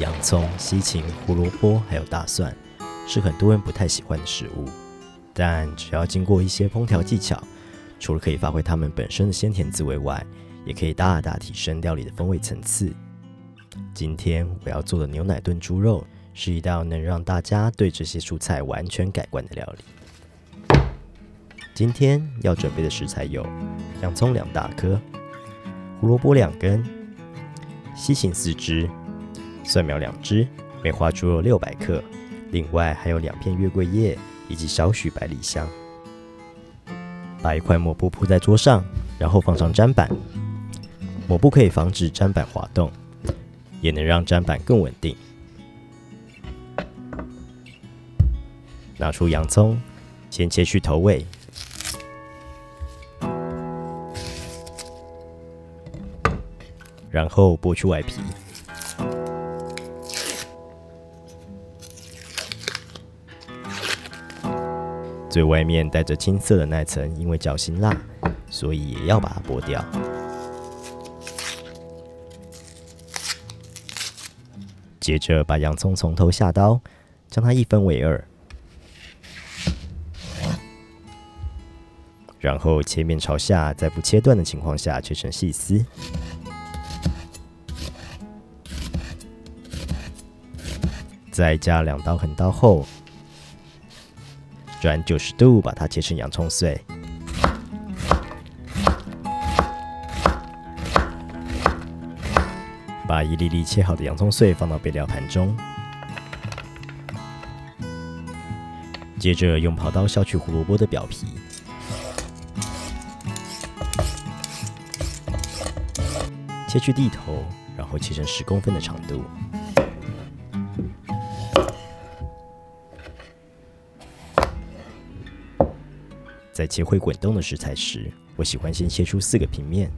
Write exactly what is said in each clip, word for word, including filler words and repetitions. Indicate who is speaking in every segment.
Speaker 1: 洋葱、西芹、胡萝卜还有大蒜是很多人不太喜欢的食物，但只要经过一些烹调技巧，除了可以发挥它们本身的鲜甜滋味外，也可以大大提升料理的风味层次。今天我要做的牛奶炖猪肉是一道能让大家对这些蔬菜完全改观的料理。今天要准备的食材有洋葱两大颗、胡萝卜两根、西芹四只、蒜苗两只、梅花猪肉六百克，另外还有两片月桂叶以及少许百里香。把一块抹布铺在桌上，然后放上砧板。抹布可以防止砧板滑动，也能让砧板更稳定。拿出洋葱，先切去头尾，然后剥去外皮。最外面带着青色的那层，因为较辛辣，所以也要把它剥掉。接着把洋葱从头下刀，将它一分为二，然后切面朝下，在不切断的情况下切成细丝。再加两刀横刀后，转九十度把它切成洋葱碎。把一粒粒切好的洋葱碎放到备料盘中，接着用刨刀削去胡萝卜的表皮，切去蒂头，然后切成十公分的长度。在切会滚动的食材时，我喜欢先切出四个平面。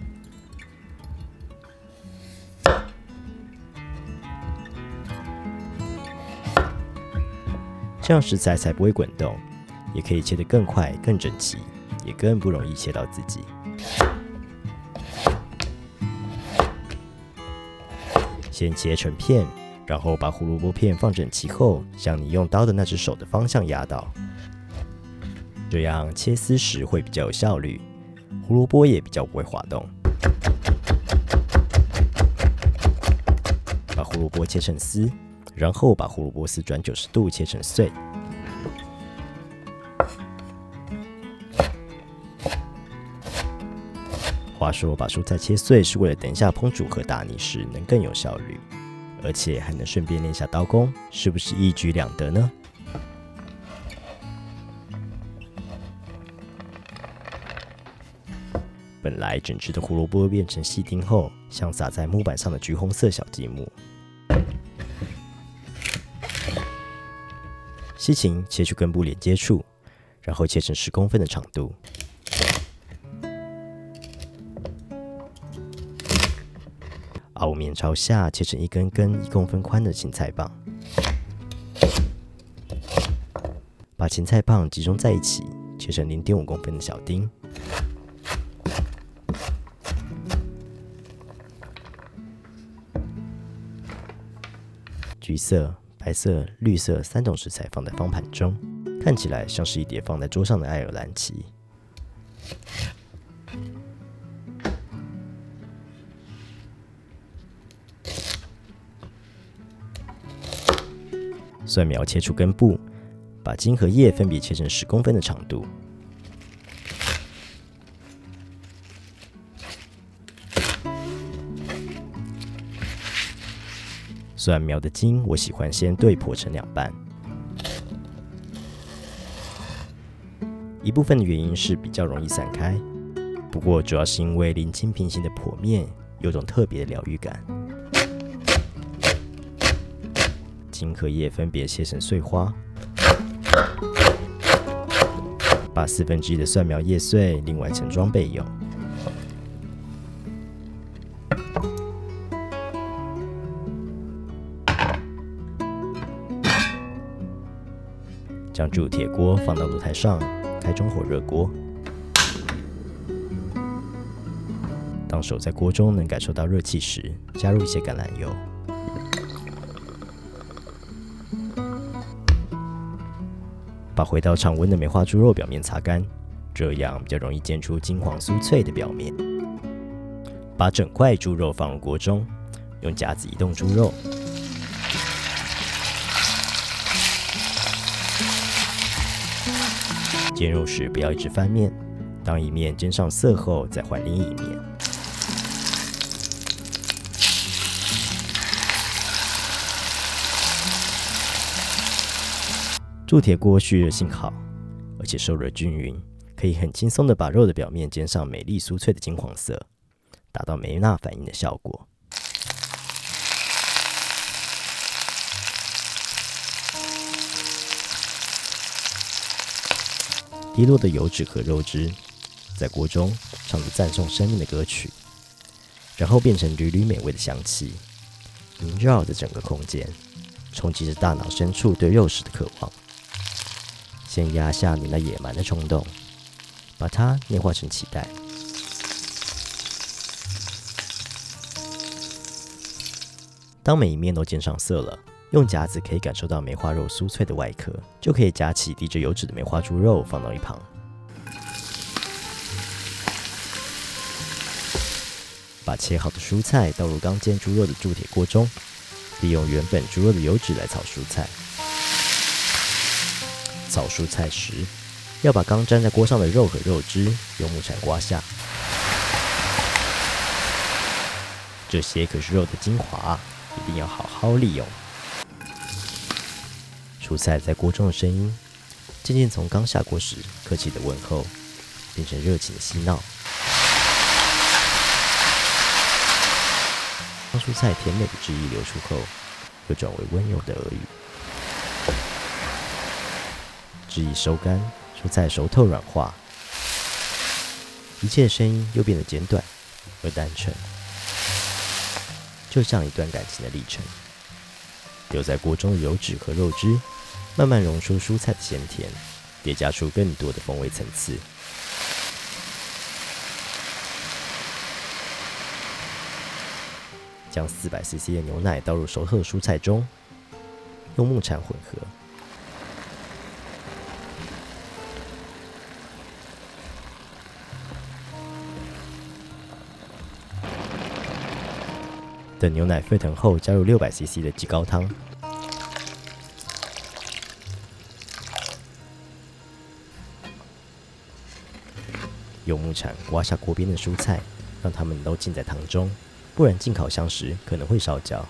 Speaker 1: 这样食材才不会滚动，也可以切得更快、更整齐，也更不容易切到自己。先切成片，然后把胡萝卜片放整齐后，向你用刀的那只手的方向压倒，这样切丝时会比较有效率，胡萝卜也比较不会滑动。把胡萝卜切成丝，然后把胡萝卜丝转九十度切成碎。话说，把蔬菜切碎是为了等一下烹煮和打泥时能更有效率，而且还能顺便练下刀工，是不是一举两得呢？本来整只的胡萝卜变成细丁后，像撒在木板上的橘红色小积木。西芹切去根部连接处，然后切成十公分的长度。凹面朝下切成一根根一公分宽的芹菜棒，把芹菜棒集中在一起，切成零点五公分的小丁。橘色、白色、绿色三种食材放在方盘中，看起来像是一叠放在桌上的爱尔兰旗。蒜苗切出根部，把茎和叶分别切成十公分的长度。蒜苗的茎，我喜欢先对剖成两半。一部分的原因是比较容易散开，不过主要是因为鳞茎平行的剖面有种特别的疗愈感。茎和叶分别切成碎花，把四分之一的蒜苗叶碎另外盛装备用。将铸铁锅放到炉台上，开中火热锅。当手在锅中能感受到热气时，加入一些橄榄油。 把回到常温的梅花猪肉表面擦干，这样比较容易煎出金黄酥脆的表面。把整块猪肉放入锅中，用夹子移动猪肉，煎肉时不要一直翻面，当一面煎上色后，再换另一面。铸铁锅蓄热性好，而且受热均匀，可以很轻松的把肉的表面煎上美丽酥脆的金黄色，达到梅纳反应的效果。滴落的油脂和肉汁在锅中唱着赞颂生命的歌曲，然后变成缕缕美味的香气，萦绕着整个空间，冲击着大脑深处对肉食的渴望。先压下你那野蛮的冲动，把它内化成期待。当每一面都煎上色了，用夹子可以感受到梅花肉酥脆的外壳，就可以夹起滴着油脂的梅花猪肉放到一旁。把切好的蔬菜倒入刚煎猪肉的铸铁锅中，利用原本猪肉的油脂来炒蔬菜。炒蔬菜时，要把刚粘在锅上的肉和肉汁用木铲刮下，这些可是肉的精华，一定要好好利用。蔬菜在锅中的声音，渐渐从刚下锅时客气的问候，变成热情的嬉闹。当蔬菜甜美的汁液流出后，又转为温柔的耳语。汁液收干，蔬菜熟透软化，一切的声音又变得简短而单纯，就像一段感情的历程。留在锅中的油脂和肉汁慢慢溶出蔬菜的鲜甜，叠加出更多的风味层次。将四百 C C 的牛奶倒入熟透的蔬菜中，用木铲混合。等牛奶沸腾后，加入六百 C C 的鸡高汤，用木铲刮下锅边的蔬菜，让它们都浸在汤中，不然进烤箱时可能会烧焦。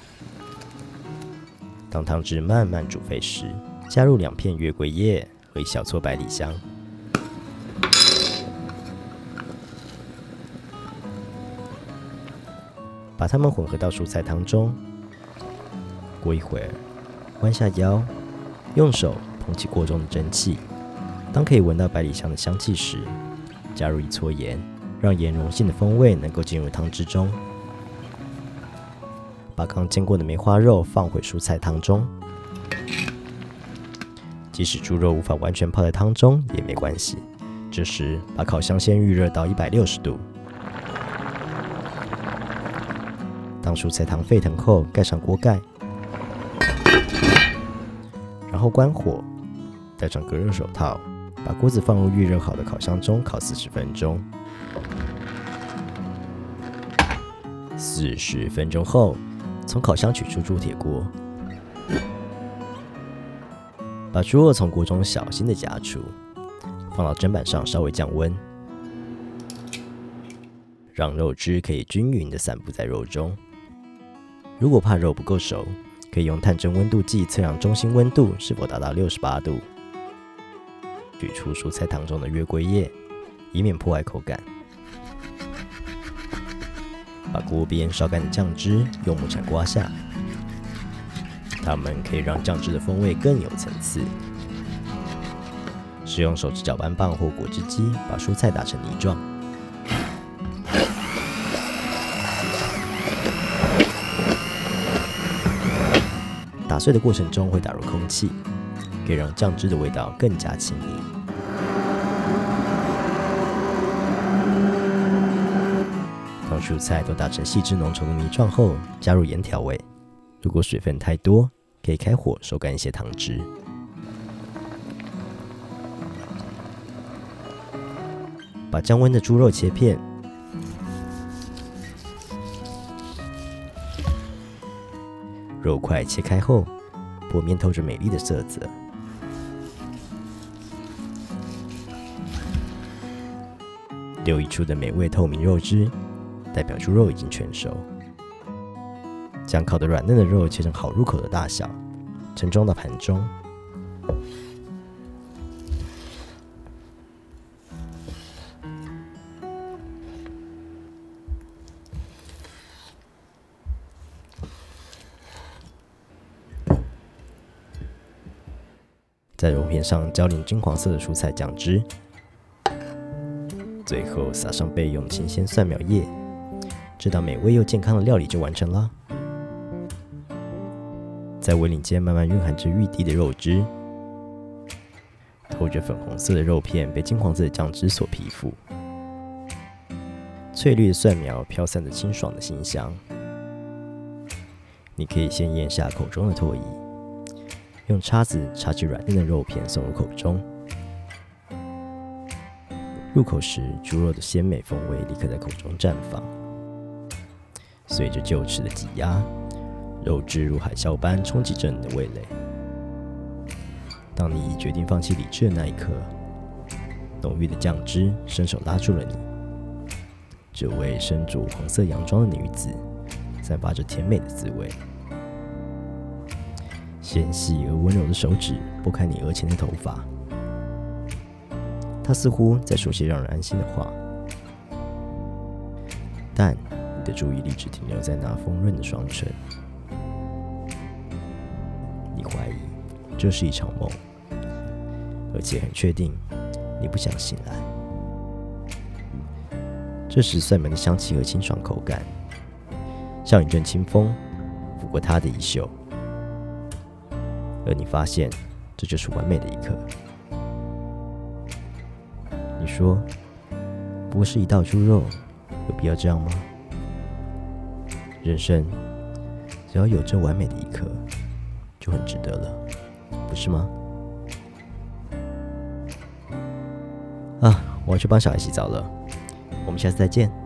Speaker 1: 当汤汁慢慢煮沸时，加入两片月桂叶和一小撮百里香，把它们混合到蔬菜汤中。过一会儿，弯下腰，用手捧起锅中的蒸汽。当可以闻到百里香的香气时，加入一撮盐，让盐溶性的风味能够进入汤汁中。把刚煎过的梅花肉放回蔬菜汤中，即使猪肉无法完全泡在汤中也没关系。这时把烤箱先预热到一百六十度。当蔬菜汤沸腾后，盖上锅盖，然后关火，戴上隔热手套，把锅子放入预热好的烤箱中烤四十分钟。四十分钟后，从烤箱取出铸铁锅，把猪肉从锅中小心的夹出，放到砧板上稍微降温，让肉汁可以均匀的散布在肉中。如果怕肉不够熟，可以用探针温度计测量中心温度是否达到六十八度。取出蔬菜汤中的月桂叶，以免破坏口感。把锅边烧干的酱汁用木铲刮下，它们可以让酱汁的风味更有层次。使用手指搅拌棒或果汁机把蔬菜打成泥状。打碎的过程中会打入空气，可以让酱汁的味道更加轻易。当蔬菜都打成细致浓稠的泥状后，加入盐调味。如果水分太多，可以开火收干一些汤汁。 把降温的猪肉切片，肉块切开后，薄面透着美丽的色泽。流溢出的美味透明肉汁，代表猪肉已经全熟。将烤得软嫩的肉切成好入口的大小，盛装到盘中。在肉片上浇淋金黄色的蔬菜酱汁，最后撒上备用的新鲜蒜苗叶，这道美味又健康的料理就完成了。在围领间慢慢蕴含着玉滴的肉汁，透着粉红色的肉片被金黄色的酱汁所皮覆，翠绿的蒜苗飘散着清爽的馨香。你可以先咽下口中的唾液，用叉子插起软嫩的肉片送入口中。入口时，猪肉的鲜美风味立刻在口中绽放。随着臼齿的挤压，肉汁如海啸般冲击着你的味蕾。当你已决定放弃理智的那一刻，浓郁的酱汁伸手拉住了你。这位身着黄色洋装的女子，散发着甜美的滋味。纤细而温柔的手指拨开你额前的头发，她似乎在说些让人安心的话，但你的注意力只停留在那丰润的双唇。你怀疑这是一场梦，而且很确定你不想醒来。这时，蒜苗的香气和清爽口感，像一阵清风拂过她的衣袖，而你发现这就是完美的一刻。你说，不过是一道猪肉，有必要这样吗？人生只要有这完美的一刻，就很值得了，不是吗？啊，我要去帮小孩洗澡了，我们下次再见。